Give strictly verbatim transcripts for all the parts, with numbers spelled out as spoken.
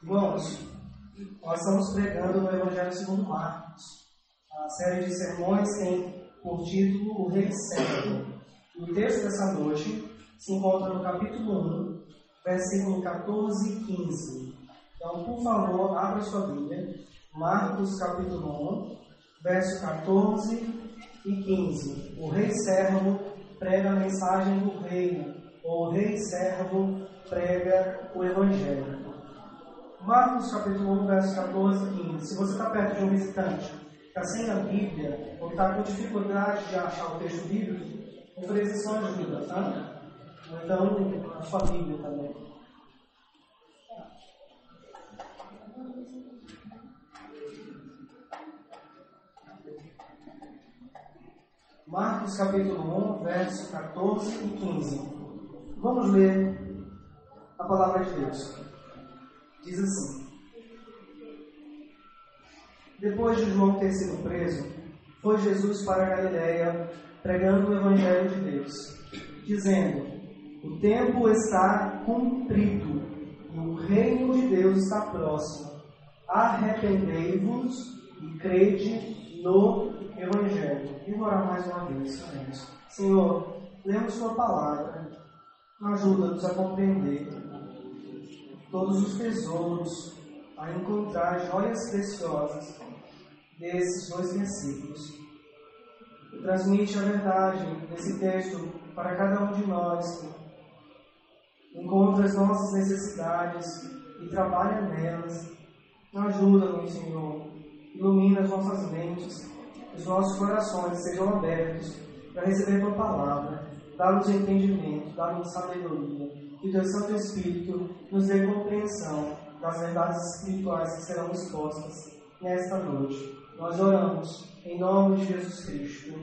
Irmãos, nós estamos pregando no Evangelho segundo Marcos. A série de sermões tem por título O Rei Servo. O texto dessa noite se encontra no capítulo um, versículo catorze e quinze. Então, por favor, abra sua Bíblia. Marcos capítulo um, verso catorze e quinze. O Rei Servo prega a mensagem do reino, ou o Rei Servo prega o Evangelho. Marcos capítulo um, verso catorze e quinze. Se você está perto de um visitante, está sem a Bíblia, ou está com dificuldade de achar o texto bíblico, ofereça sua ajuda, tá? Ou então a sua Bíblia também. Marcos capítulo um, verso catorze e quinze. Vamos ler a palavra de Deus. Diz assim: Depois de João ter sido preso, foi Jesus para a Galiléia, pregando o Evangelho de Deus, dizendo: O tempo está cumprido e o reino de Deus está próximo. Arrependei-vos e crede no Evangelho. E vou orar mais uma vez. Senhor, lemos Sua palavra, ajuda-nos a compreender todos os tesouros, a encontrar joias preciosas desses dois versículos. Transmite a verdade desse texto para cada um de nós. Encontra as nossas necessidades e trabalha nelas. Ajuda-nos, Senhor. Ilumina as nossas mentes, os nossos corações sejam abertos para receber Tua palavra. Dá-nos entendimento, dá-nos sabedoria. Que o Teu Santo Espírito nos dê compreensão das verdades espirituais que serão expostas nesta noite. Nós oramos em nome de Jesus Cristo.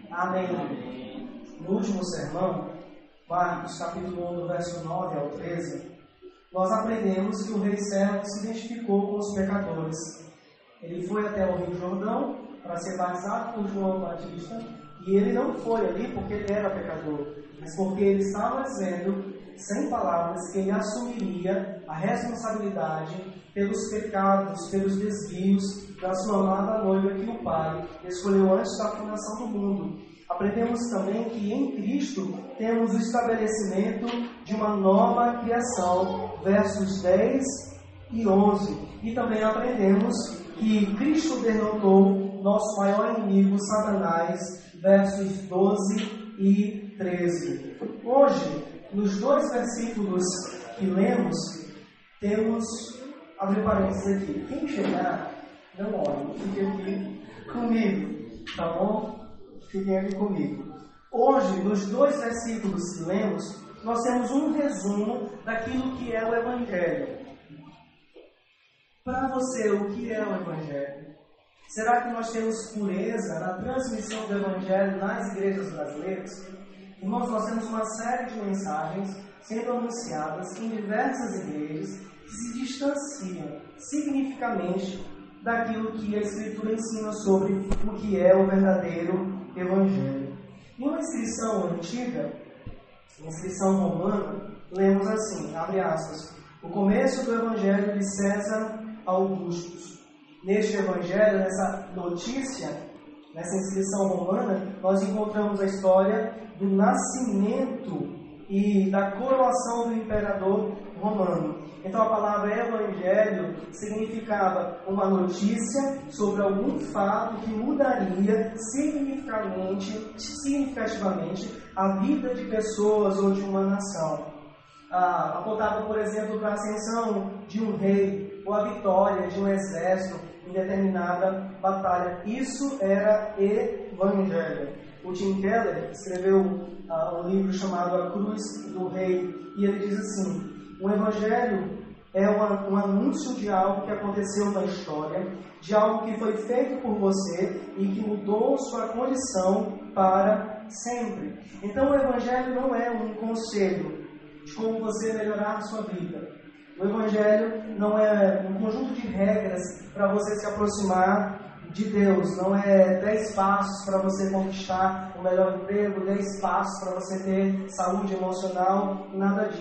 Amém. No último sermão, Marcos capítulo um, do verso nove ao treze, nós aprendemos que o Rei Servo se identificou com os pecadores. Ele foi até o Rio Jordão para ser batizado por João Batista, e ele não foi ali porque ele era pecador, mas porque ele estava dizendo, sem palavras, que ele assumiria a responsabilidade pelos pecados, pelos desvios da sua amada noiva que o Pai escolheu antes da fundação do mundo. Aprendemos também que em Cristo temos o estabelecimento de uma nova criação, versos dez e onze. E também aprendemos que Cristo derrotou nosso maior inimigo, Satanás, versos doze e treze. Hoje, nos dois versículos que lemos, temos, abre parênteses aqui, quem chegar, não olhe, fique aqui comigo, tá bom? Fiquem aqui comigo. Hoje, nos dois versículos que lemos, nós temos um resumo daquilo que é o Evangelho. Para você, o que é o Evangelho? Será que nós temos pureza na transmissão do Evangelho nas igrejas brasileiras? Irmãos, nós temos uma série de mensagens sendo anunciadas em diversas igrejas que se distanciam significativamente daquilo que a Escritura ensina sobre o que é o verdadeiro Evangelho. Em uma inscrição antiga, inscrição romana, lemos assim, abre aspas, o começo do Evangelho de César Augustus. Neste Evangelho, nessa notícia, nessa inscrição romana, nós encontramos a história do nascimento e da coroação do imperador romano. Então a palavra Evangelho significava uma notícia sobre algum fato que mudaria significativamente, significativamente a vida de pessoas ou de uma nação. Ah, apontava, por exemplo, para a ascensão de um rei ou a vitória de um exército em determinada batalha. Isso era Evangelho. O Tim Keller escreveu uh, um livro chamado A Cruz do Rei, e ele diz assim: o Evangelho é uma, um anúncio de algo que aconteceu na história, de algo que foi feito por você e que mudou sua condição para sempre. Então o Evangelho não é um conselho de como você melhorar a sua vida. O Evangelho não é um conjunto de regras para você se aproximar de Deus. Não é dez passos para você conquistar o melhor emprego, dez passos para você ter saúde emocional, nada disso.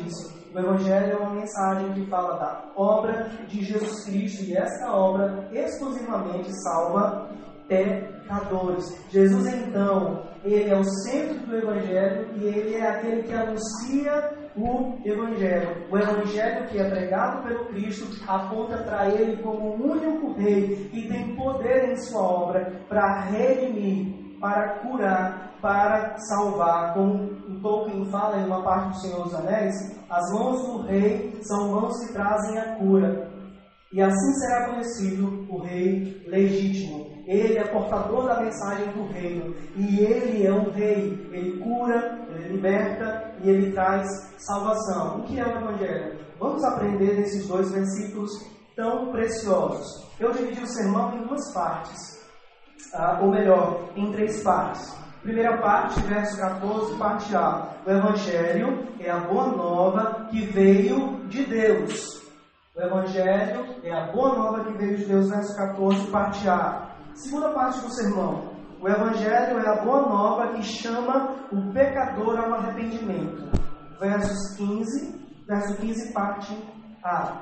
O Evangelho é uma mensagem que fala da obra de Jesus Cristo, e esta obra exclusivamente salva pecadores. Jesus, então, ele é o centro do Evangelho e ele é aquele que anuncia o Evangelho. O Evangelho que é pregado pelo Cristo aponta para ele como o único rei que tem poder em sua obra para redimir, para curar, para salvar. Como o Tolkien fala em uma parte do Senhor dos Anéis, as mãos do rei são mãos que trazem a cura. E assim será conhecido o rei legítimo. Ele é portador da mensagem do reino. E ele é um rei. Ele cura, ele liberta e ele traz salvação. O que é o Evangelho? Vamos aprender nesses dois versículos tão preciosos. Eu dividi o sermão em duas partes. Ah, ou melhor, em três partes. Primeira parte, verso catorze, parte A. O Evangelho é a boa nova que veio de Deus. O Evangelho é a boa nova que veio de Deus, verso catorze, parte A. Segunda parte do sermão. O Evangelho é a boa nova que chama o pecador ao arrependimento. Versos quinze, verso quinze, parte A.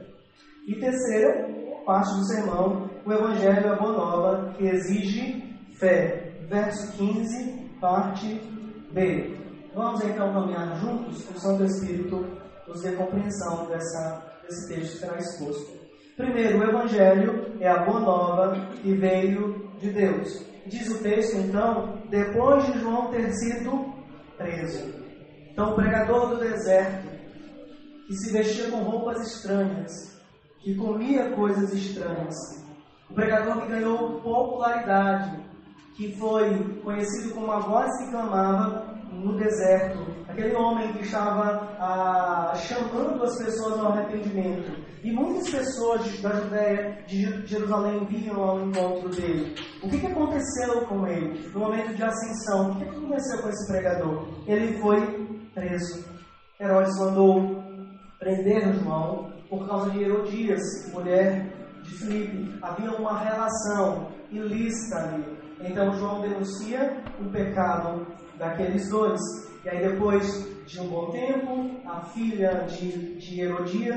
E terceira parte do sermão. O Evangelho é a boa nova que exige fé. Verso quinze, parte B. Vamos então caminhar juntos, que o Santo Espírito nos dê compreensão dessa, desse texto que será exposto. Primeiro, o Evangelho é a boa nova que veio de Deus. Diz o texto, então, depois de João ter sido preso. Então, o pregador do deserto, que se vestia com roupas estranhas, que comia coisas estranhas. O pregador que ganhou popularidade, que foi conhecido como a voz que clamava no deserto. Aquele homem que estava ah, chamando as pessoas ao arrependimento. E muitas pessoas da Judéia, de Jerusalém, vinham ao encontro dele. O que, que aconteceu com ele? No momento de ascensão, o que, que aconteceu com esse pregador? Ele foi preso. Herodes mandou prender João por causa de Herodias, mulher de Filipe. Havia uma relação ilícita ali. Então João denuncia o pecado daqueles dois. E aí depois de um bom tempo, a filha de, de Herodias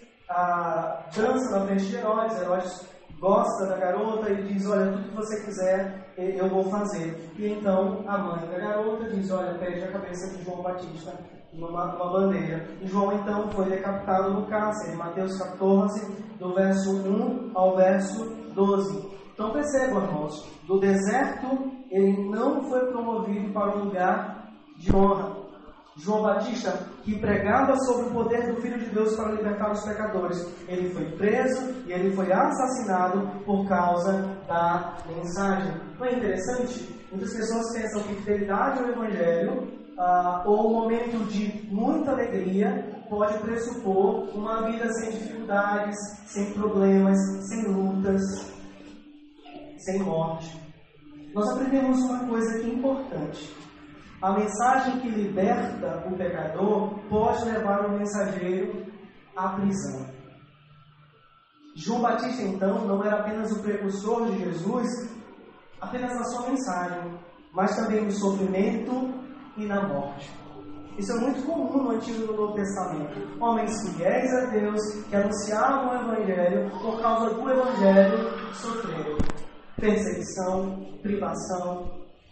a, dança na frente de Herodes. Herodes gosta da garota e diz, olha, tudo que você quiser eu vou fazer. E então a mãe da garota diz, olha, pede a cabeça de João Batista numa, numa bandeja. E João então foi decapitado no cárcere. Mateus catorze, do verso um ao verso doze. Então percebam, irmãos, do deserto ele não foi promovido para um lugar de honra. João Batista, que pregava sobre o poder do Filho de Deus para libertar os pecadores, ele foi preso e ele foi assassinado por causa da mensagem. Não é interessante? Muitas pessoas pensam que fidelidade ao Evangelho ah, ou um momento de muita alegria pode pressupor uma vida sem dificuldades, sem problemas, sem lutas, sem morte. Nós aprendemos uma coisa que é importante. A mensagem que liberta o pecador pode levar o mensageiro à prisão. João Batista, então, não era apenas o precursor de Jesus, apenas na sua mensagem, mas também no sofrimento e na morte. Isso é muito comum no Antigo e no Novo Testamento. Homens fiéis a Deus, que anunciavam o Evangelho, por causa do Evangelho, sofreram perseguição, privação,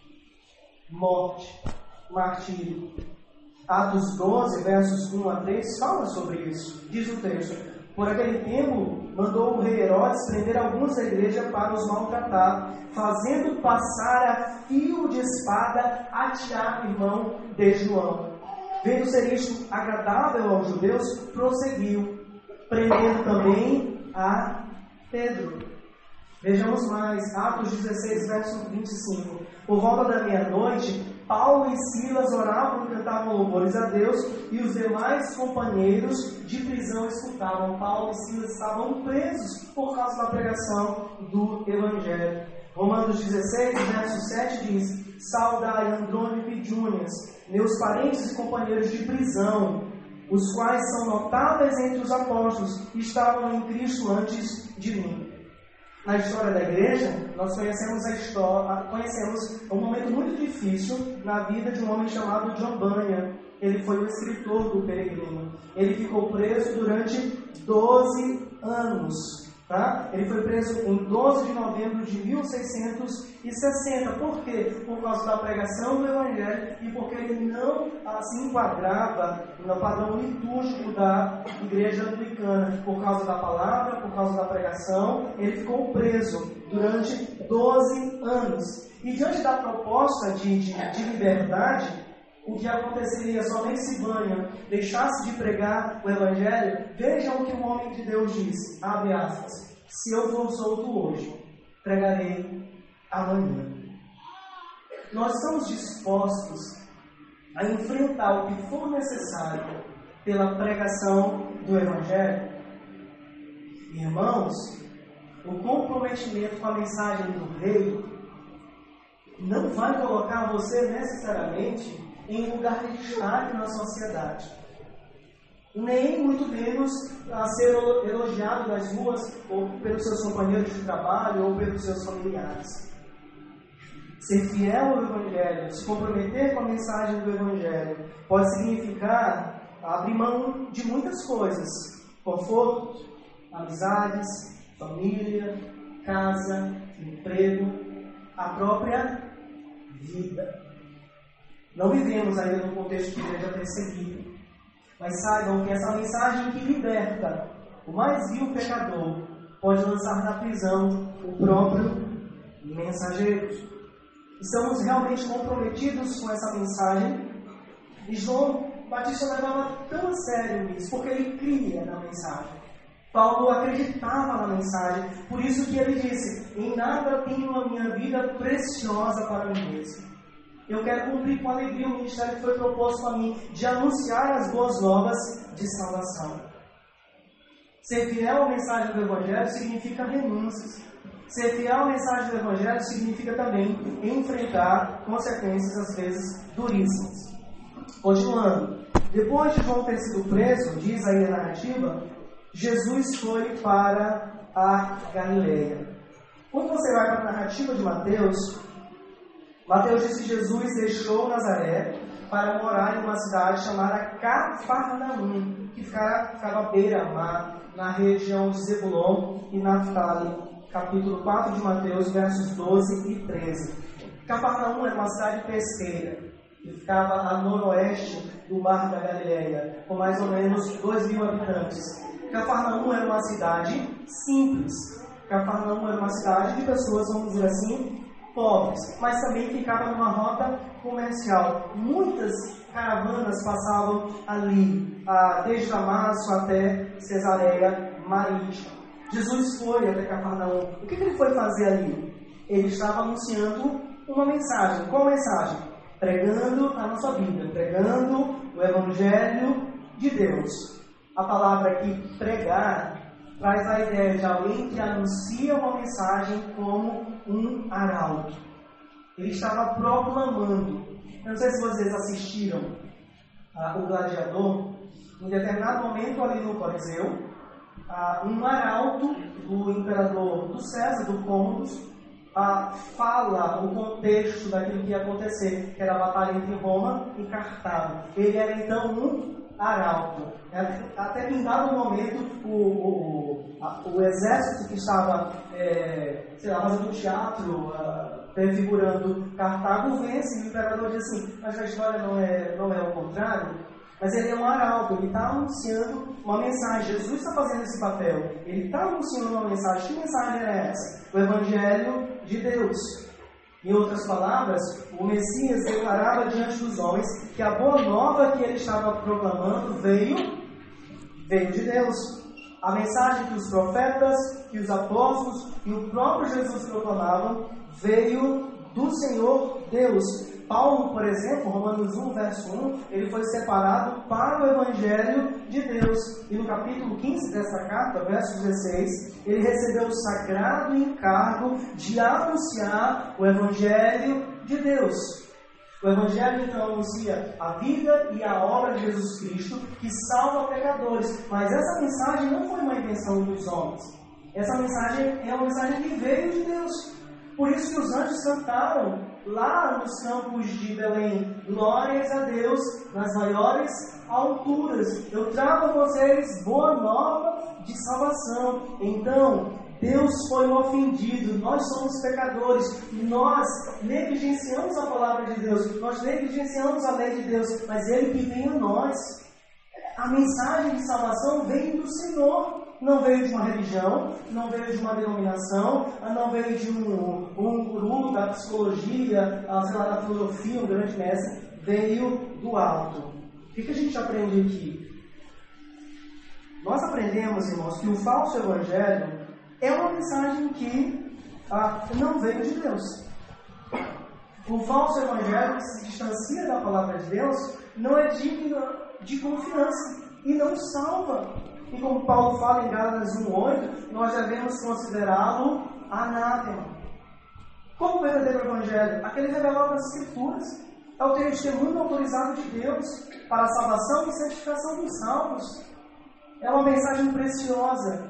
morte, martírio. Atos doze, versos um a três, fala sobre isso. Diz o texto: por aquele tempo, mandou o rei Herodes prender alguns da igreja para os maltratar, fazendo passar a fio de espada a Tiago, irmão de João. Vendo ser isto agradável aos judeus, prosseguiu, prendendo também a Pedro. Vejamos mais, Atos dezesseis, verso vinte e cinco. Por volta da meia-noite, Paulo e Silas oravam e cantavam louvores a Deus, e os demais companheiros de prisão escutavam. Paulo e Silas estavam presos por causa da pregação do Evangelho. Romanos dezesseis, verso sete diz: saudai Andrônico e Júnias, meus parentes e companheiros de prisão, os quais são notáveis entre os apóstolos, estavam em Cristo antes de mim. Na história da igreja, nós conhecemos a história, conhecemos um momento muito difícil na vida de um homem chamado John Bunyan. Ele foi o escritor do Peregrino. Ele ficou preso durante doze anos. Tá? Ele foi preso em doze de novembro de mil seiscentos e sessenta. Por quê? Por causa da pregação do Evangelho e porque ele não se enquadrava no padrão litúrgico da igreja anglicana. Por causa da palavra, por causa da pregação, ele ficou preso durante doze anos. E diante da proposta de, de, de liberdade, o que aconteceria somente se Bunyan deixasse de pregar o Evangelho? Vejam o que o homem de Deus disse, abre aspas: se eu for solto hoje, pregarei amanhã. Nós estamos dispostos a enfrentar o que for necessário pela pregação do Evangelho? Irmãos, o comprometimento com a mensagem do Rei não vai colocar você necessariamente em lugar de destaque na sociedade, nem muito menos a ser elogiado nas ruas, ou pelos seus companheiros de trabalho, ou pelos seus familiares. Ser fiel ao Evangelho, se comprometer com a mensagem do Evangelho, pode significar abrir mão de muitas coisas: conforto, amizades, família, casa, emprego, a própria vida. Não vivemos ainda num contexto de igreja perseguida, mas saibam que essa mensagem que liberta o mais vil pecador pode lançar na prisão o próprio mensageiro. Estamos realmente comprometidos com essa mensagem. E João Batista levava tão a sério isso, porque ele cria na mensagem. Paulo acreditava na mensagem, por isso que ele disse: em nada tenho a minha vida preciosa para mim mesmo. Eu quero cumprir com alegria o ministério que foi proposto a mim, de anunciar as boas novas de salvação. Ser fiel à mensagem do Evangelho significa renúncias. Ser fiel à mensagem do Evangelho significa também enfrentar consequências, às vezes, duríssimas. Continuando. Depois de João ter sido preso, diz aí a narrativa, Jesus foi para a Galileia. Quando você vai para a narrativa de Mateus, Mateus diz que Jesus deixou Nazaré para morar em uma cidade chamada Cafarnaum, que ficava, ficava à beira-mar, na região de Zebulon e Naftali. Capítulo quatro de Mateus, versos doze e treze. Cafarnaum era uma cidade pesqueira, que ficava a noroeste do Mar da Galileia, com mais ou menos dois mil habitantes. Cafarnaum era uma cidade simples. Cafarnaum era uma cidade de pessoas, vamos dizer assim, pobres, mas também ficava numa rota comercial. Muitas caravanas passavam ali, desde Damasco até Cesareia Marítima. Jesus foi até Cafarnaum. O que ele foi fazer ali? Ele estava anunciando uma mensagem. Qual mensagem? Pregando a nossa Bíblia, pregando o Evangelho de Deus. A palavra aqui, pregar, traz a ideia de alguém que anuncia uma mensagem como um arauto. Ele estava proclamando. Eu não sei se vocês assistiram uh, o Gladiador. Em determinado momento ali no Coliseu, uh, um arauto do imperador do César, do Cômodos, uh, fala o contexto daquilo que ia acontecer, que era a batalha entre Roma e Cartago. Ele era então um arauto. Até que em dado momento o, o, a, o exército que estava é, sei lá, fazendo teatro, uh, prefigurando Cartago, vence, e o imperador diz assim: mas a história não é, não é o contrário. Mas ele é um arauto, ele está anunciando uma mensagem. Jesus está fazendo esse papel, ele está anunciando uma mensagem. Que mensagem é essa? O Evangelho de Deus. Em outras palavras, o Messias declarava diante dos homens que a boa nova que ele estava proclamando veio, veio de Deus. A mensagem que os profetas, que os apóstolos e o próprio Jesus proclamavam veio do Senhor Deus. Paulo, por exemplo, Romanos um, verso um, ele foi separado para o Evangelho de Deus. E no capítulo quinze dessa carta, verso dezesseis, ele recebeu o sagrado encargo de anunciar o Evangelho de Deus. O Evangelho, então, anuncia a vida e a obra de Jesus Cristo, que salva pecadores. Mas essa mensagem não foi uma invenção dos homens. Essa mensagem é uma mensagem que veio de Deus. Por isso que os anjos cantaram lá nos campos de Belém: glórias a Deus nas maiores alturas. Eu trago a vocês boa nova de salvação. Então, Deus foi o ofendido, nós somos pecadores, nós negligenciamos a palavra de Deus, nós negligenciamos a lei de Deus, mas Ele que vem a nós. A mensagem de salvação veio do Senhor. Não veio de uma religião, não veio de uma denominação, não veio de um, um guru da psicologia, sei lá, da filosofia, um grande mestre. Veio do alto. O que, que a gente aprende aqui? Nós aprendemos, irmãos, que o falso evangelho é uma mensagem que ah, não veio de Deus. O falso evangelho que se distancia da palavra de Deus não é digno de confiança e não salva. E como Paulo fala em Gálatas um oito, nós devemos considerá-lo anátema. Como o verdadeiro evangelho? Aquele revelado nas Escrituras. É o testemunho autorizado de Deus para a salvação e santificação dos salvos. É uma mensagem preciosa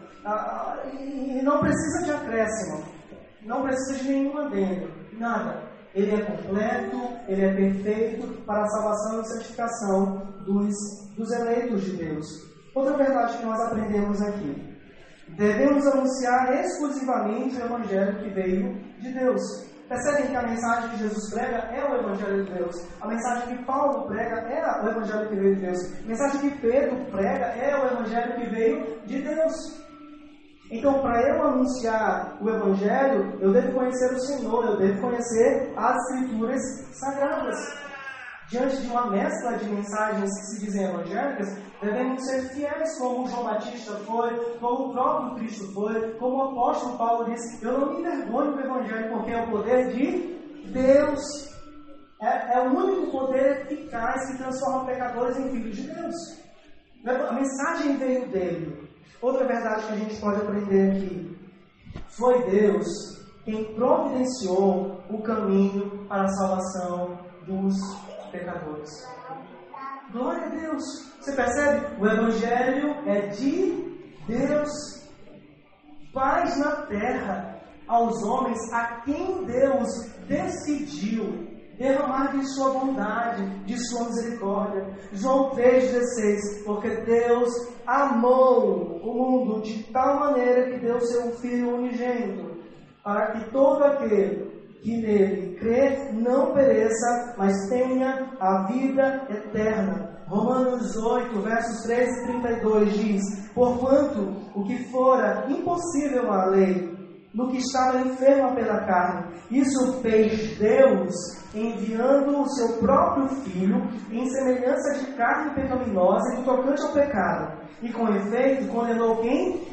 e não precisa de acréscimo, não precisa de nenhum adendo, nada. Ele é completo, ele é perfeito para a salvação e santificação dos, dos eleitos de Deus. Outra verdade que nós aprendemos aqui: devemos anunciar exclusivamente o Evangelho que veio de Deus. Percebem que a mensagem que Jesus prega é o Evangelho de Deus. A mensagem que Paulo prega é o Evangelho que veio de Deus. A mensagem que Pedro prega é o Evangelho que veio de Deus. Então, para eu anunciar o Evangelho, eu devo conhecer o Senhor, eu devo conhecer as Escrituras Sagradas. Diante de uma mescla de mensagens que se dizem evangélicas, devemos ser fiéis como João Batista foi, como o próprio Cristo foi, como o apóstolo Paulo disse: eu não me envergonho do Evangelho, porque é o poder de Deus. É, é o único poder eficaz que transforma pecadores em filhos de Deus. A mensagem veio dele. Outra verdade que a gente pode aprender aqui: foi Deus quem providenciou o caminho para a salvação dos pecadores. Glória a Deus! Você percebe? O Evangelho é de Deus. Paz na terra aos homens a quem Deus decidiu derramar de sua bondade, de sua misericórdia. João três dezesseis, porque Deus amou o mundo de tal maneira que deu seu Filho unigênito, para que todo aquele que nele crê não pereça, mas tenha a vida eterna. Romanos oito, versos treze e trinta e dois diz: porquanto o que fora impossível à lei, no que estava enferma pela carne, isso fez Deus, enviando o seu próprio Filho em semelhança de carne pecaminosa e tocante ao pecado. E com efeito condenou quem?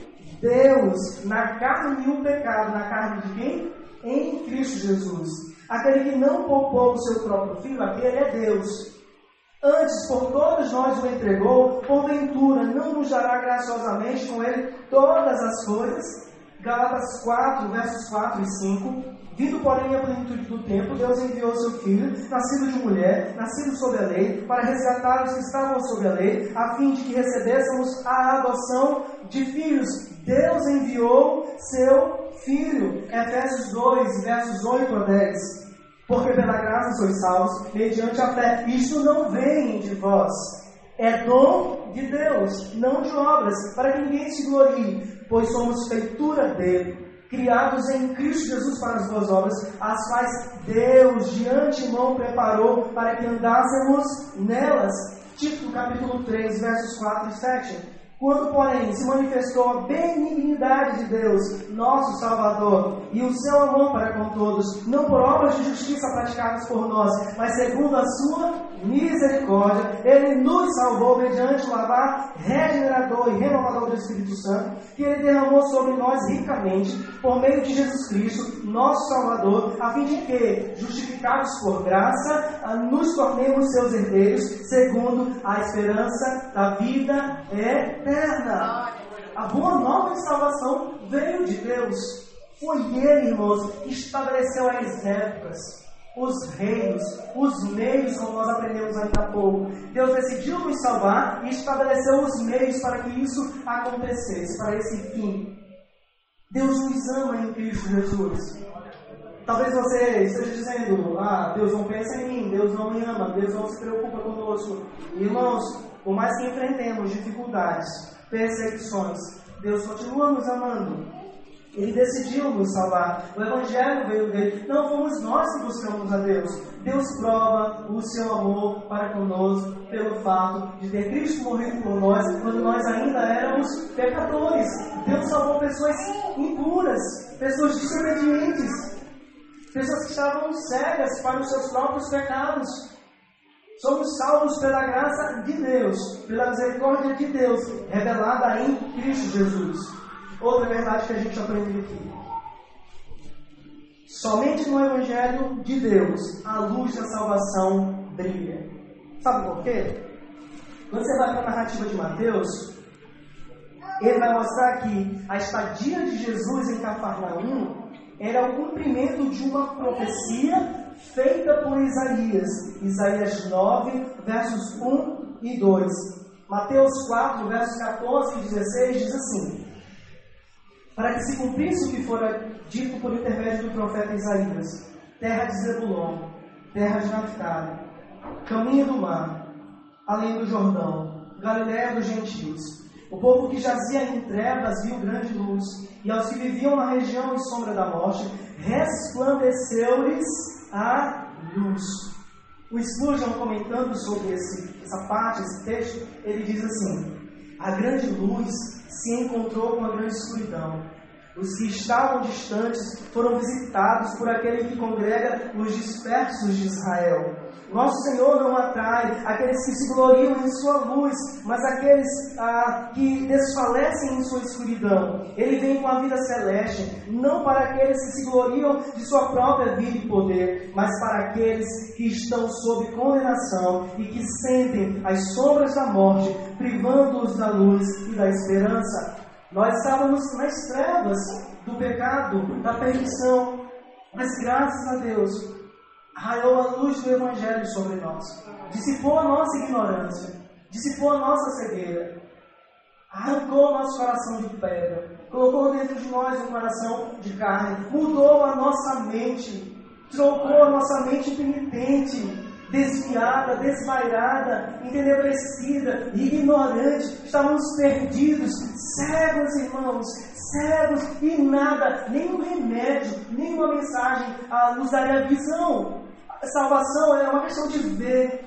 Deus, na carne e o pecado. Na carne de quem? Em Cristo Jesus. Aquele que não poupou o seu próprio Filho, aquele é Deus. Antes, por todos nós o entregou, porventura não nos dará graciosamente com ele todas as coisas? Gálatas quatro, versos quatro e cinco. Vindo, porém, a plenitude do tempo, Deus enviou seu Filho, nascido de mulher, nascido sob a lei, para resgatar os que estavam sob a lei, a fim de que recebêssemos a adoção de filhos. Deus enviou seu Filho. Efésios dois, versos oito a dez. Porque pela graça sois salvos, mediante a fé. Isto não vem de vós, é dom de Deus, não de obras, para que ninguém se glorie, pois somos feitura dele, criados em Cristo Jesus para as boas obras, as quais Deus de antemão preparou para que andássemos nelas. Tito capítulo três, versos quatro e sete. Quando, porém, se manifestou a benignidade de Deus, nosso Salvador, e o seu amor para com todos, não por obras de justiça praticadas por nós, mas segundo a sua misericórdia, Ele nos salvou mediante o lavar regenerador e renovador do Espírito Santo, que Ele derramou sobre nós ricamente, por meio de Jesus Cristo, nosso Salvador, a fim de que, justificados por graça, nos tornemos seus herdeiros, segundo a esperança da vida eterna. A boa nova de salvação veio de Deus. Foi Ele, irmãos, que estabeleceu as épocas, os reinos, os meios, como nós aprendemos ainda há pouco. Deus decidiu nos salvar e estabeleceu os meios para que isso acontecesse, para esse fim. Deus nos ama em Cristo Jesus. Talvez você esteja dizendo, ah, Deus não pensa em mim, Deus não me ama, Deus não se preocupa conosco. Irmãos, por mais que enfrentemos dificuldades, perseguições, Deus continua nos amando. Ele decidiu nos salvar. O Evangelho veio dele. Não fomos nós que buscamos a Deus. Deus prova o seu amor para conosco pelo fato de ter Cristo morrido por nós quando nós ainda éramos pecadores. Deus salvou pessoas impuras, pessoas desobedientes, pessoas que estavam cegas para os seus próprios pecados. Somos salvos pela graça de Deus, pela misericórdia de Deus, revelada em Cristo Jesus. Outra verdade que a gente aprende aqui. Somente no Evangelho de Deus a luz da salvação brilha. Sabe por quê? Quando você vai para a narrativa de Mateus, ele vai mostrar que a estadia de Jesus em Cafarnaum era o cumprimento de uma profecia feita por Isaías. Isaías nove, versos um e dois. Mateus quatro, versos catorze e dezesseis diz assim: para que se cumprisse o que fora dito por intermédio do profeta Isaías: terra de Zebulon, terra de Naftali, caminho do mar, além do Jordão, Galiléia dos gentios. O povo que jazia em trevas viu grande luz, e aos que viviam na região e sombra da morte, resplandeceu-lhes a luz. O Spurgeon, comentando sobre esse, essa parte, esse texto, ele diz assim: a grande luz se encontrou com a grande escuridão. Os que estavam distantes foram visitados por aquele que congrega os dispersos de Israel. Nosso Senhor não atrai aqueles que se gloriam em sua luz, mas aqueles ah, que desfalecem em sua escuridão. Ele vem com a vida celeste, não para aqueles que se gloriam de sua própria vida e poder, mas para aqueles que estão sob condenação e que sentem as sombras da morte, privando-os da luz e da esperança. Nós estávamos nas trevas do pecado, da perdição, mas graças a Deus raiou a luz do Evangelho sobre nós, dissipou a nossa ignorância, dissipou a nossa cegueira, arrancou o nosso coração de pedra, colocou dentro de nós um coração de carne, mudou a nossa mente, trocou a nossa mente impenitente, desviada, desvairada, entenebrecida, ignorante. Estávamos perdidos, cegos, irmãos, cegos, e nada, nenhum remédio, nenhuma mensagem ah, nos daria visão. A salvação é uma questão de ver.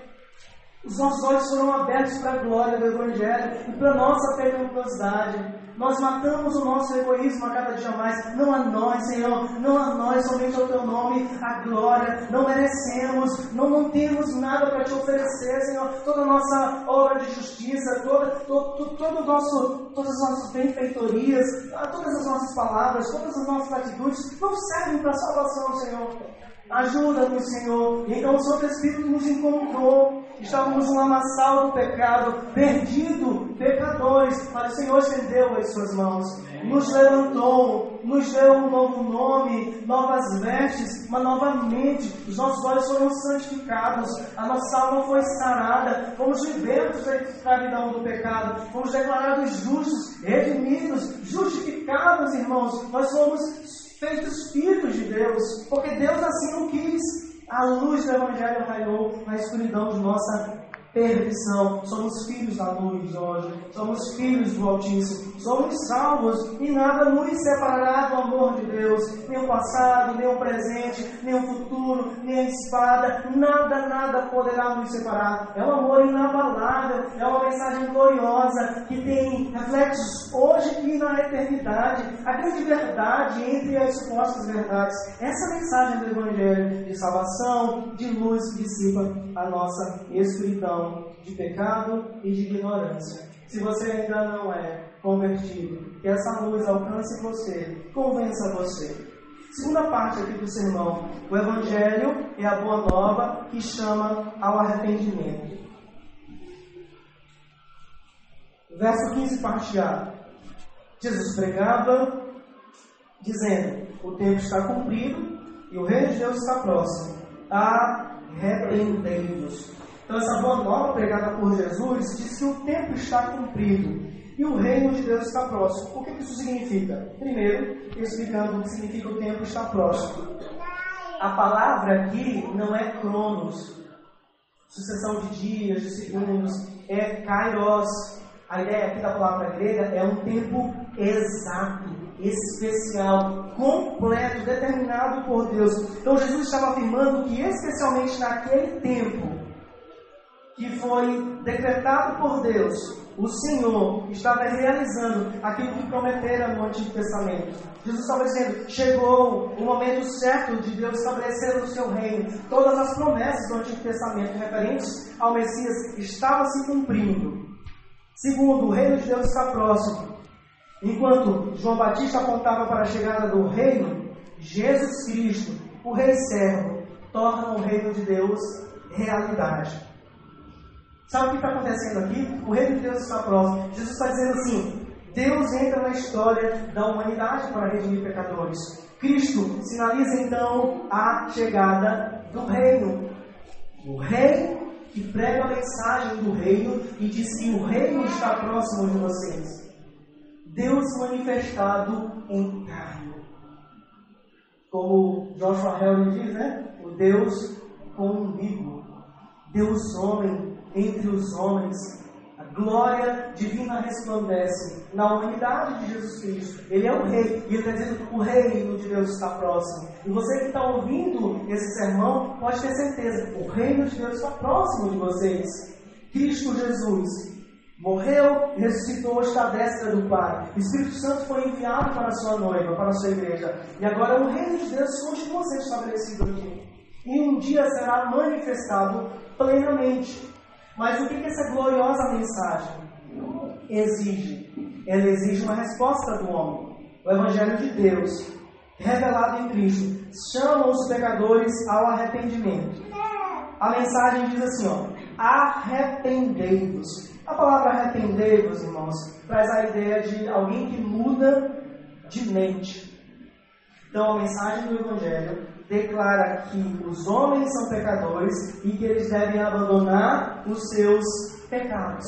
Os nossos olhos foram abertos para a glória do Evangelho e para a nossa pecaminosidade. Nós matamos o nosso egoísmo a cada dia mais. Não a nós, Senhor, não a nós, somente ao Teu nome, a glória. Não merecemos, não, não temos nada para Te oferecer, Senhor. Toda a nossa obra de justiça, toda, todo, todo o nosso, todas as nossas benfeitorias, todas as nossas palavras, todas as nossas atitudes não servem para a salvação, Senhor. Ajuda-nos, Senhor. E então o Santo Espírito nos encontrou. Estávamos no lamaçal do pecado, perdido, pecadores, mas o Senhor estendeu as suas mãos, nos levantou, nos deu um novo nome, novas vestes, uma nova mente. Os nossos olhos foram santificados, a nossa alma foi sarada, fomos libertos da escravidão do pecado, fomos declarados justos, redimidos, justificados, irmãos. Nós fomos feitos filhos de Deus, porque Deus assim o quis. A luz do Evangelho raiou na escuridão de nossa perdição. Somos filhos da luz hoje, somos filhos do Altíssimo, somos salvos e nada nos separará do amor de Deus, nem o passado, nem o presente, nem o futuro, nem a espada, nada, nada poderá nos separar. É um amor inabalável, é uma mensagem gloriosa que tem reflexos hoje e na eternidade. A grande verdade entre as supostas verdades, essa mensagem do Evangelho de salvação, de luz que dissipa a nossa escuridão de pecado e de ignorância. Se você ainda não é convertido, que essa luz alcance você, convença você. Segunda parte aqui do sermão: o Evangelho é a boa nova que chama ao arrependimento. Verso quinze, parte A. Jesus pregava, dizendo: o tempo está cumprido e o reino de Deus está próximo. Arrependei-vos. Então essa boa nova pregada por Jesus diz que o tempo está cumprido. E o reino de Deus está próximo. O que isso significa? Primeiro, explicando o que significa o tempo está próximo. A palavra aqui não é cronos, sucessão de dias, de segundos, é kairos. A ideia aqui da palavra grega é um tempo exato, especial, completo, determinado por Deus. Então Jesus estava afirmando que especialmente naquele tempo que foi decretado por Deus, o Senhor estava realizando aquilo que prometera no Antigo Testamento. Jesus estava dizendo, chegou o momento certo de Deus estabelecer o seu reino. Todas as promessas do Antigo Testamento referentes ao Messias estavam se cumprindo. Segundo, o reino de Deus está próximo. Enquanto João Batista apontava para a chegada do reino, Jesus Cristo, o Rei Servo, torna o reino de Deus realidade. Sabe o que está acontecendo aqui? O reino de Deus está próximo. Jesus está dizendo assim, Deus entra na história da humanidade para redimir pecadores. Cristo sinaliza então a chegada do reino. O rei que prega a mensagem do reino e diz que o reino está próximo de vocês. Deus manifestado em carne. Como Joshua Harry diz, né? O Deus com umbigo. Deus homem entre os homens. A glória divina resplandece na humanidade de Jesus Cristo. Ele é o rei. E ele está dizendo que o reino de Deus está próximo. E você que está ouvindo esse sermão, pode ter certeza. O reino de Deus está próximo de vocês. Cristo Jesus morreu, ressuscitou, está à destra do Pai. O Espírito Santo foi enviado para a sua noiva, para a sua igreja. E agora o reino de Deus continua sendo estabelecido aqui. E um dia será manifestado plenamente. Mas o que essa gloriosa mensagem exige? Ela exige uma resposta do homem. O Evangelho de Deus, revelado em Cristo, chama os pecadores ao arrependimento. A mensagem diz assim, ó, arrependei-vos. A palavra arrependei-vos, irmãos, traz a ideia de alguém que muda de mente. Então a mensagem do Evangelho declara que os homens são pecadores e que eles devem abandonar os seus pecados.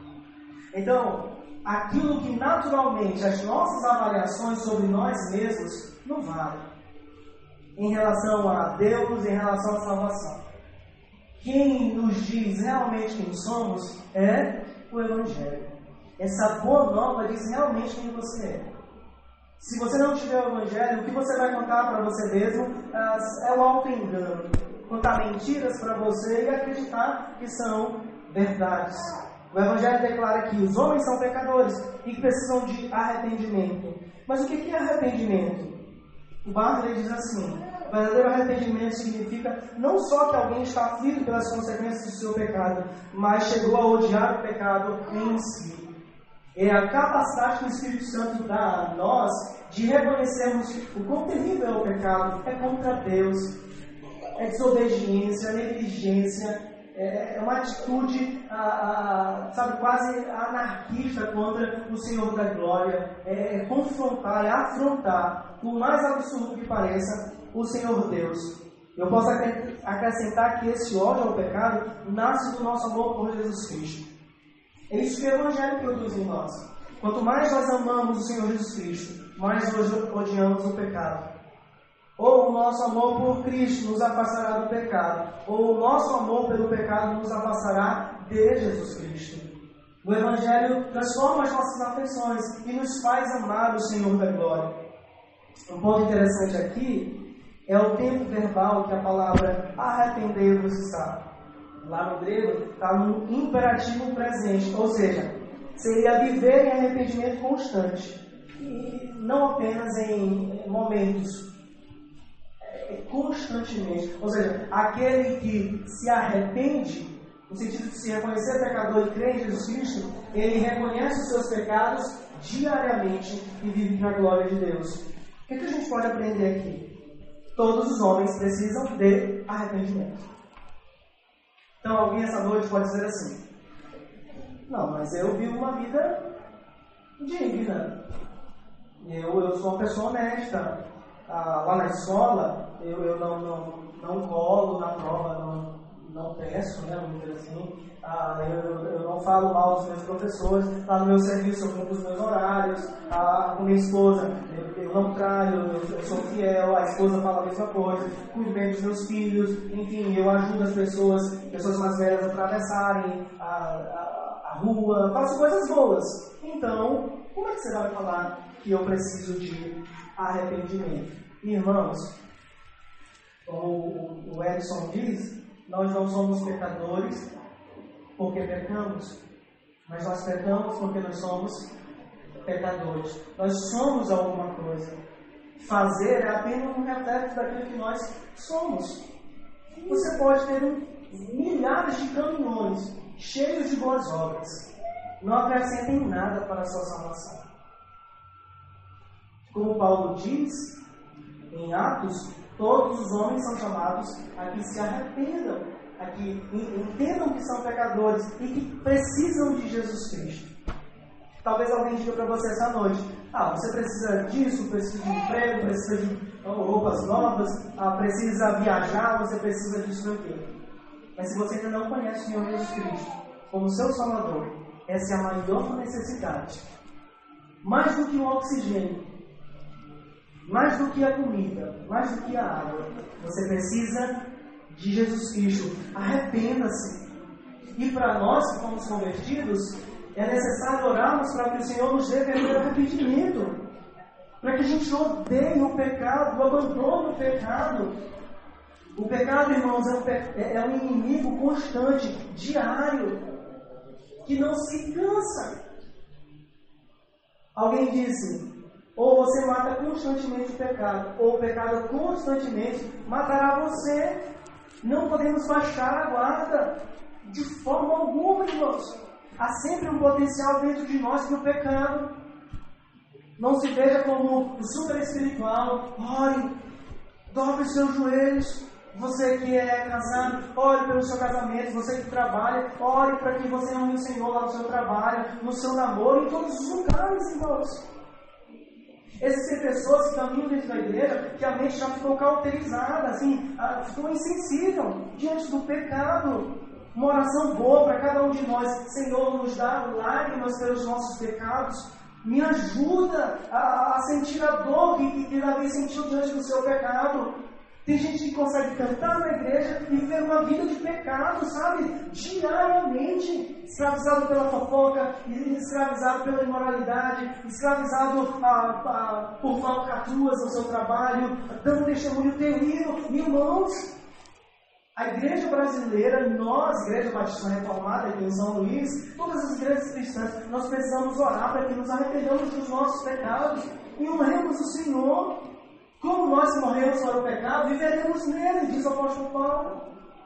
Então, aquilo que naturalmente as nossas avaliações sobre nós mesmos não valem em relação a Deus, em relação à salvação. Quem nos diz realmente quem somos é o Evangelho. Essa boa nova diz realmente quem você é. Se você não tiver o Evangelho, o que você vai contar para você mesmo é o auto-engano. Contar mentiras para você e acreditar que são verdades. O Evangelho declara que os homens são pecadores e que precisam de arrependimento. Mas o que é arrependimento? O Barclay diz assim, o verdadeiro arrependimento significa não só que alguém está aflito pelas consequências do seu pecado, mas chegou a odiar o pecado em si. É a capacidade que o Espírito Santo dá a nós de reconhecermos o quão terrível é o pecado, é contra Deus, é desobediência, é negligência, é uma atitude, a, a, sabe, quase anarquista contra o Senhor da Glória, é, é confrontar, é afrontar, por mais absurdo que pareça, o Senhor Deus. Eu posso acrescentar que esse ódio ao pecado nasce do nosso amor por Jesus Cristo. É isso que o Evangelho produz em nós. Quanto mais nós amamos o Senhor Jesus Cristo, mais odiamos o pecado. Ou o nosso amor por Cristo nos afastará do pecado, ou o nosso amor pelo pecado nos afastará de Jesus Cristo. O Evangelho transforma as nossas afeições e nos faz amar o Senhor da Glória. Um ponto interessante aqui é o tempo verbal que a palavra arrependei-vos está. Lá no grego está no imperativo presente, ou seja, seria viver em arrependimento constante. E não apenas em momentos, constantemente. Ou seja, aquele que se arrepende, no sentido de se reconhecer pecador e crer em Jesus Cristo, ele reconhece os seus pecados diariamente e vive na glória de Deus. O que a gente pode aprender aqui? Todos os homens precisam de arrependimento. Então alguém essa noite pode dizer assim, não, mas eu vivo uma vida digna. Eu, eu sou uma pessoa honesta. Ah, lá na escola, eu, eu não, não, não colo na prova, não, não peço, né, vamos dizer assim, ah, eu, eu não falo mal dos meus professores, lá no meu serviço eu cumpro os meus horários, ah, com minha esposa eu, eu não traio, eu, eu sou fiel, a esposa fala a mesma coisa, cuido bem dos meus filhos, enfim, eu ajudo as pessoas, pessoas mais velhas a atravessarem a, a, a rua, faço coisas boas. Então, como é que você vai falar que eu preciso de arrependimento? Irmãos, como o Edson diz, nós não somos pecadores porque pecamos, mas nós pecamos porque nós somos pecadores. Nós somos alguma coisa. Fazer é apenas um reflexo daquilo que nós somos. Você pode ter um, milhares de caminhões cheios de boas obras. Não acrescentem nada para a sua salvação. Como Paulo diz em Atos, todos os homens são chamados a que se arrependam, a que entendam que são pecadores e que precisam de Jesus Cristo. Talvez alguém diga para você essa noite: ah, você precisa disso, precisa de emprego, precisa de roupas novas, ah, precisa viajar, você precisa disso daqui. Mas se você ainda não conhece o Senhor Jesus Cristo como seu Salvador, essa é a maior necessidade. Mais do que o oxigênio, mais do que a comida, mais do que a água, você precisa de Jesus Cristo. Arrependa-se. E para nós que fomos convertidos, é necessário orarmos para que o Senhor nos dê verdadeiro arrependimento, para que a gente odeie o pecado, abandone o pecado. O pecado, irmãos, é um, pe... é um inimigo constante, diário, que não se cansa. Alguém disse: ou você mata constantemente o pecado, ou o pecado constantemente matará você. Não podemos baixar a guarda de forma alguma, irmãos. Há sempre um potencial dentro de nós para o pecado. Não se veja como o super espiritual. Ore, dobre os seus joelhos. Você que é casado, ore pelo seu casamento. Você que trabalha, ore para que você ame o Senhor lá no seu trabalho, no seu namoro, em todos os lugares, irmãos. Existem pessoas que caminham dentro da igreja que a mente já ficou cauterizada, assim, ficou insensível diante do pecado. Uma oração boa para cada um de nós: Senhor, nos dá lágrimas pelos nossos pecados. Me ajuda a, a sentir a dor que, que Davi sentiu diante do seu pecado. Tem gente que consegue cantar na igreja e viver uma vida de pecado, sabe? Diariamente. Escravizado pela fofoca, escravizado pela imoralidade, escravizado ah, ah, por falcatruas no seu trabalho, dando testemunho terrível. Irmãos, a igreja brasileira, nós, Igreja Batista Reformada aqui em São Luís, todas as igrejas cristãs, nós precisamos orar para que nos arrependamos dos nossos pecados e honremos o Senhor. Como nós que morremos para o pecado, viveremos nele, diz o apóstolo Paulo.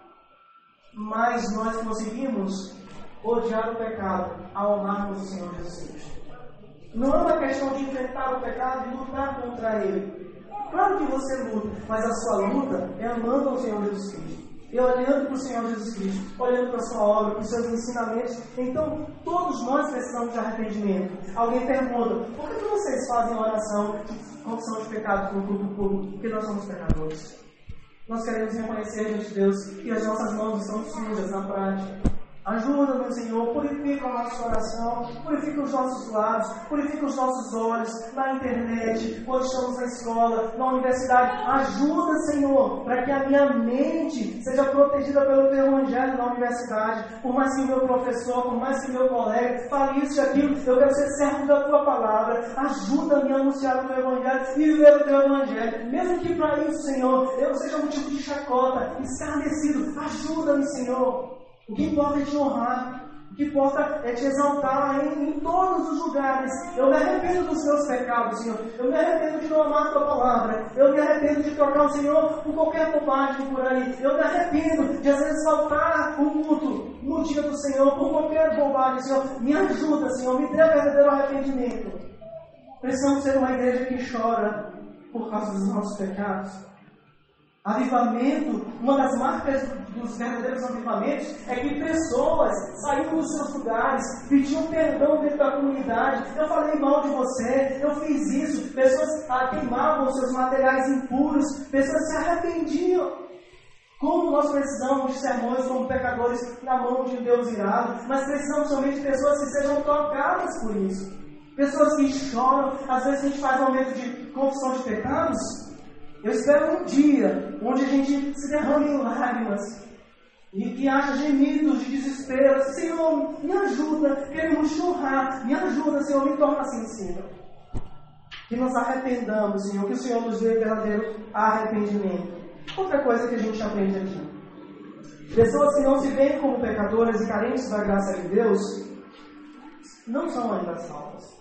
Mas nós conseguimos odiar o pecado ao amarmos o Senhor Jesus Cristo. Não é uma questão de enfrentar o pecado e lutar contra ele. Claro que você luta, mas a sua luta é amando ao Senhor Jesus Cristo. E olhando para o Senhor Jesus Cristo, olhando para a sua obra, para os seus ensinamentos. Então, todos nós precisamos de arrependimento. Alguém pergunta: por que vocês fazem oração de confissão de pecado para o grupo público? Porque nós somos pecadores. Nós queremos reconhecer diante de Deus que as nossas mãos estão sujas na prática. Ajuda-nos, Senhor, purifica o nosso coração, purifica os nossos lábios, purifica os nossos olhos, na internet, quando estamos na escola, na universidade. Ajuda, Senhor, para que a minha mente seja protegida pelo Teu Evangelho na universidade. Por mais que o meu professor, por mais que o meu colega fale isso e aquilo, eu quero ser servo da Tua Palavra. Ajuda-me a anunciar o Teu Evangelho e viver o Teu Evangelho. Mesmo que para isso, Senhor, eu seja um tipo de chacota, escarnecido. Ajuda-me, Senhor. O que importa é te honrar. O que importa é te exaltar em, em todos os lugares. Eu me arrependo dos meus pecados, Senhor. Eu me arrependo de não amar a Tua Palavra. Eu me arrependo de trocar o Senhor por qualquer bobagem por aí. Eu me arrependo de às vezes faltar o culto no dia do Senhor por qualquer bobagem, Senhor. Me ajuda, Senhor. Me dê verdadeiro arrependimento. Precisamos ser uma igreja que chora por causa dos nossos pecados. Avivamento, uma das marcas dos verdadeiros avivamentos é que pessoas saíram dos seus lugares, pediam perdão dentro da comunidade. Eu falei mal de você, eu fiz isso. Pessoas ah, queimavam seus materiais impuros, pessoas se arrependiam. Como nós precisamos de sermões como pecadores na mão de um Deus irado, mas precisamos somente de pessoas que sejam tocadas por isso. Pessoas que choram. Às vezes a gente faz um momento de confissão de pecados. Eu espero um dia onde a gente se derrame em lágrimas e que haja gemidos de desespero. Senhor, me ajuda, queremos chorar. Me ajuda, Senhor, me torna sensível. Que nós arrependamos, Senhor, que o Senhor nos dê verdadeiro arrependimento. Outra coisa que a gente aprende aqui. Pessoas que não se veem como pecadoras e carentes da graça de Deus não são ainda salvas.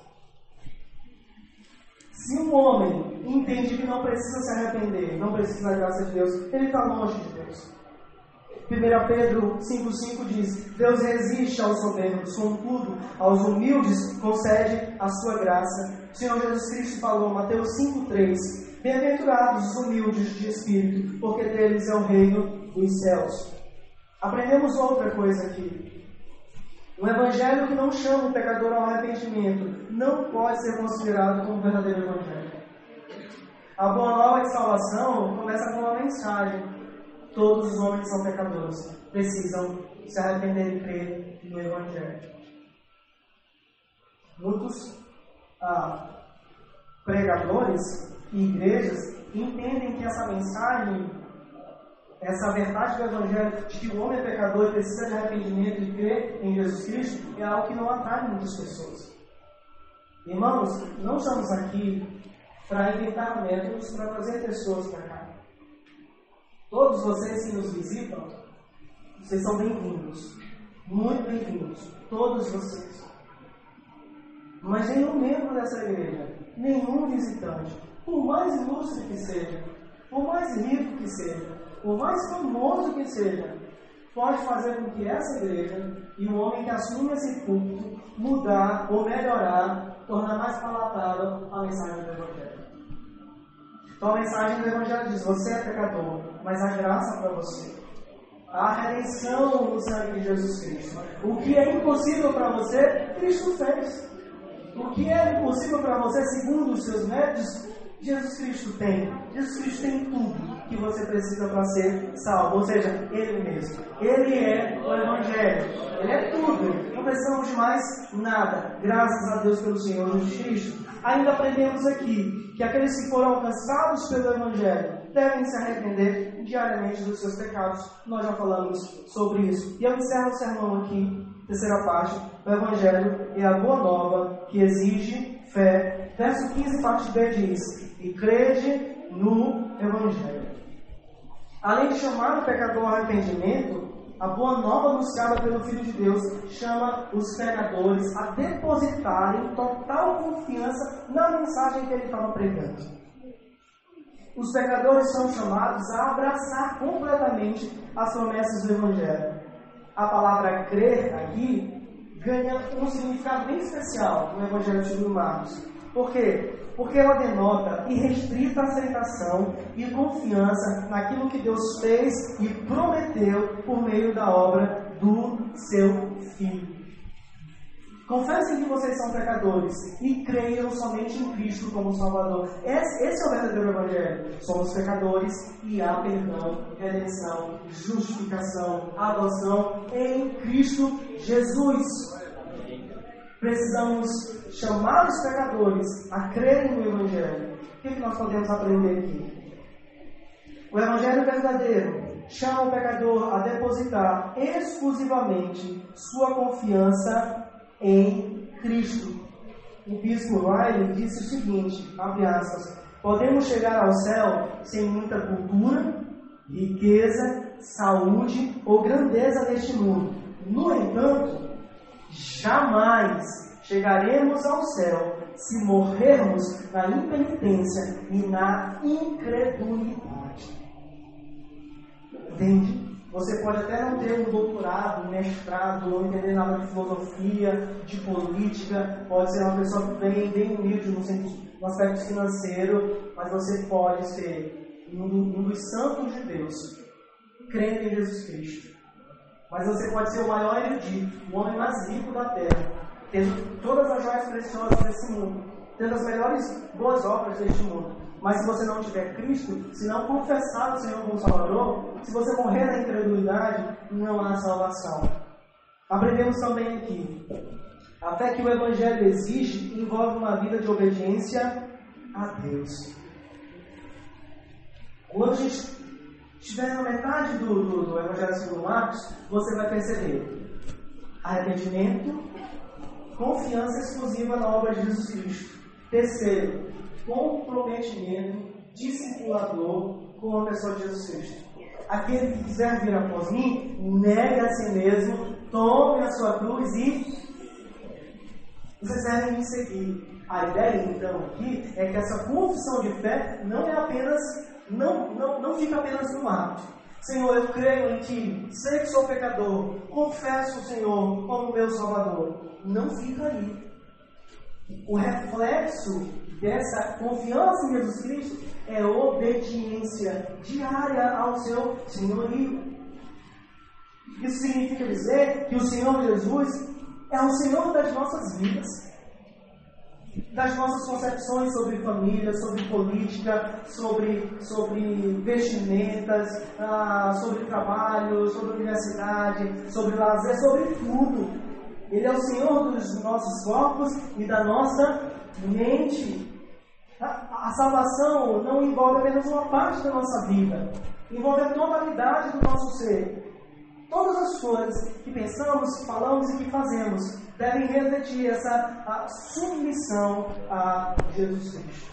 Se um homem entende que não precisa se arrepender, não precisa da graça de Deus, ele está longe de Deus. primeira Pedro cinco cinco diz: Deus resiste aos soberbos, contudo, aos humildes concede a sua graça. O Senhor Jesus Cristo falou, Mateus cinco três: Bem-aventurados os humildes de espírito, porque deles é o reino dos céus. Aprendemos outra coisa aqui. Um evangelho que não chama o pecador ao arrependimento não pode ser considerado como um verdadeiro evangelho. A boa nova de salvação começa com uma mensagem: todos os homens são pecadores, precisam se arrepender e crer no evangelho. Muitos ah, pregadores e igrejas entendem que essa mensagem, essa verdade do Evangelho, de que o homem é pecador e precisa de arrependimento e crer em Jesus Cristo, é algo que não atrai muitas pessoas. Irmãos, não estamos aqui para inventar métodos para trazer pessoas para cá. Todos vocês que nos visitam, vocês são bem-vindos. Muito bem-vindos. Todos vocês. Mas nenhum membro dessa igreja, nenhum visitante, por mais ilustre que seja, por mais rico que seja, por mais famoso que seja, pode fazer com que essa igreja e o homem que assume esse púlpito mudar ou melhorar, tornar mais palatável a mensagem do Evangelho. Então a mensagem do Evangelho diz: você é pecador, mas há graça para você. Há redenção no sangue de Jesus Cristo. O que é impossível para você, Cristo fez. O que é impossível para você, segundo os seus métodos, Jesus Cristo tem. Jesus Cristo tem tudo que você precisa para ser salvo. Ou seja, Ele mesmo. Ele é o Evangelho. Ele é tudo. Não precisamos de mais nada. Graças a Deus pelo Senhor Jesus Cristo. Ainda aprendemos aqui que aqueles que foram alcançados pelo Evangelho devem se arrepender diariamente dos seus pecados. Nós já falamos sobre isso. E eu encerro o sermão aqui, terceira parte. O Evangelho é a boa nova que exige fé. Verso quinze, parte B diz: e crede no Evangelho. Além de chamar o pecador ao arrependimento, a boa nova anunciada pelo Filho de Deus chama os pecadores a depositarem total confiança na mensagem que ele estava pregando. Os pecadores são chamados a abraçar completamente as promessas do Evangelho. A palavra crer aqui ganha um significado bem especial no Evangelho segundo Marcos. Por quê? Porque ela denota irrestrita aceitação e confiança naquilo que Deus fez e prometeu por meio da obra do seu Filho. Confessem que vocês são pecadores e creiam somente em Cristo como Salvador. Esse, esse é o verdadeiro Evangelho. Somos pecadores e há perdão, redenção, justificação, adoção em Cristo Jesus. Precisamos chamar os pecadores a crerem no Evangelho. O que, é que nós podemos aprender aqui? O Evangelho verdadeiro chama o pecador a depositar exclusivamente sua confiança em Cristo. O bispo Riley disse o seguinte, abre aspas: podemos chegar ao céu sem muita cultura, riqueza, saúde ou grandeza deste mundo. No entanto, jamais chegaremos ao céu se morrermos na impenitência e na incredulidade. Entende? Você pode até não ter um doutorado, um mestrado, não entender nada de filosofia, de política, pode ser uma pessoa bem, bem humilde no, sentido, no aspecto financeiro, mas você pode ser um, um dos santos de Deus, crendo em Jesus Cristo. Mas você pode ser o maior erudito, o homem mais rico da terra, tendo todas as joias preciosas desse mundo, tendo as melhores boas obras deste mundo. Mas se você não tiver Cristo, se não confessar o Senhor como Salvador, se você morrer na incredulidade, não há salvação. Aprendemos também aqui, a fé que o Evangelho exige envolve uma vida de obediência a Deus. Quando a gente estiver na metade do, do, do Evangelho segundo Marcos, você vai perceber arrependimento, confiança exclusiva na obra de Jesus Cristo. Terceiro, comprometimento discipulador com a pessoa de Jesus Cristo. Aquele que quiser vir após mim, negue a si mesmo, tome a sua cruz e vocês devem me seguir. A ideia, então, aqui é que essa confissão de fé não é apenas, não, não, não fica apenas no ato. Senhor, eu creio em Ti, sei que sou pecador, confesso o Senhor como meu Salvador. Não fica aí. O reflexo dessa confiança em Jesus Cristo é obediência diária ao seu senhorio. Isso significa dizer que o Senhor Jesus é o Senhor das nossas vidas, das nossas concepções sobre família, sobre política, sobre, sobre vestimentas, ah, sobre trabalho, sobre universidade, sobre lazer, sobre tudo. Ele é o Senhor dos nossos corpos e da nossa mente. A, a salvação não envolve apenas uma parte da nossa vida, envolve a totalidade do nosso ser. Todas as coisas que pensamos, falamos e que fazemos devem refletir essa a submissão a Jesus Cristo.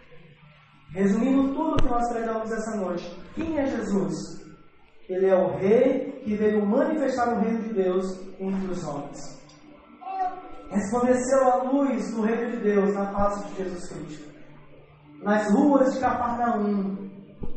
Resumindo tudo que nós pregamos essa noite, quem é Jesus? Ele é o Rei que veio manifestar o reino de Deus entre os homens. Resplandeceu a luz do reino de Deus na face de Jesus Cristo. Nas ruas de Cafarnaum,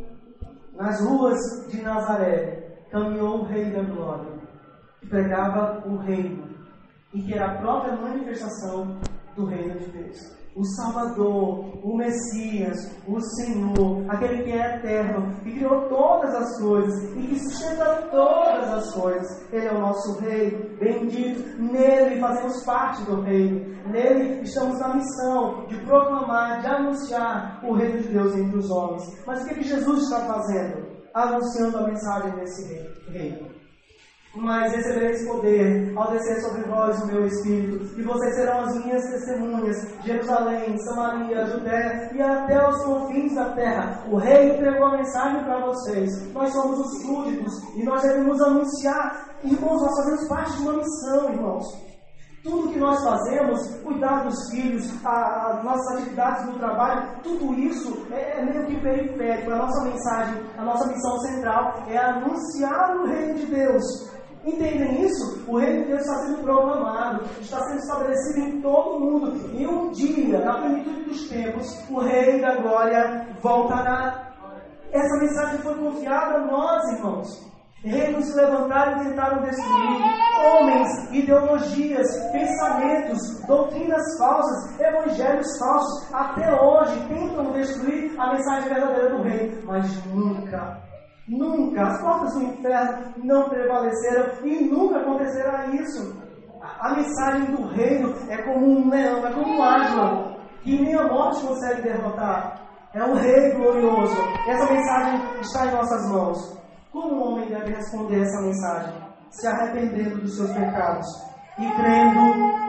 nas ruas de Nazaré, caminhou o Rei da Glória, que pregava o reino, e que era a própria manifestação do reino de Deus. O Salvador, o Messias, o Senhor, aquele que é eterno, que criou todas as coisas e que sustenta todas as coisas. Ele é o nosso Rei, bendito. Nele fazemos parte do reino. Nele estamos na missão de proclamar, de anunciar o reino de Deus entre os homens. Mas o que, que Jesus está fazendo? Anunciando a mensagem desse reino. Mas recebereis poder ao descer sobre vós o meu Espírito, e vocês serão as minhas testemunhas, Jerusalém, Samaria, Judéia e até os confins da terra. O Rei entregou a mensagem para vocês. Nós somos os súditos e nós devemos anunciar. Irmãos, nós fazemos parte de uma missão, irmãos. Tudo que nós fazemos, cuidar dos filhos, as nossas atividades no trabalho, tudo isso é, é meio que periférico. A nossa mensagem, a nossa missão central é anunciar o reino de Deus. Entendem isso? O reino de Deus está sendo proclamado, está sendo estabelecido em todo o mundo. E um dia, na plenitude dos tempos, o Rei da Glória voltará. Essa mensagem foi confiada a nós, irmãos. Reinos se levantaram e tentaram destruir homens, ideologias, pensamentos, doutrinas falsas, evangelhos falsos. Até hoje tentam destruir a mensagem verdadeira do Rei, mas nunca, nunca, as portas do inferno não prevaleceram e nunca acontecerá isso. A mensagem do reino é como um leão, é como um águia, que nem a morte consegue derrotar. É um Rei glorioso. Essa mensagem está em nossas mãos. Como o homem deve responder essa mensagem? Se arrependendo dos seus pecados e crendo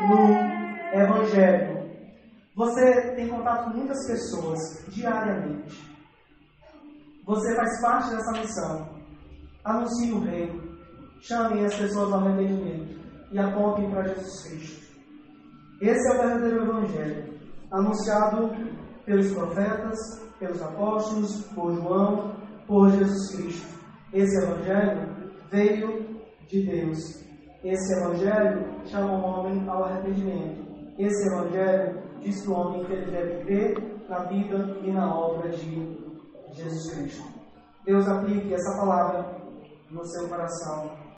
no Evangelho. Você tem contato com muitas pessoas diariamente. Você faz parte dessa missão. Anuncie o reino. Chamem as pessoas ao arrependimento e apontem para Jesus Cristo. Esse é o verdadeiro Evangelho, anunciado pelos profetas, pelos apóstolos, por João, por Jesus Cristo. Esse Evangelho veio de Deus. Esse Evangelho chama o homem ao arrependimento. Esse Evangelho diz para o homem que ele deve crer na vida e na obra de Jesus Cristo. Deus aplique essa palavra no seu coração.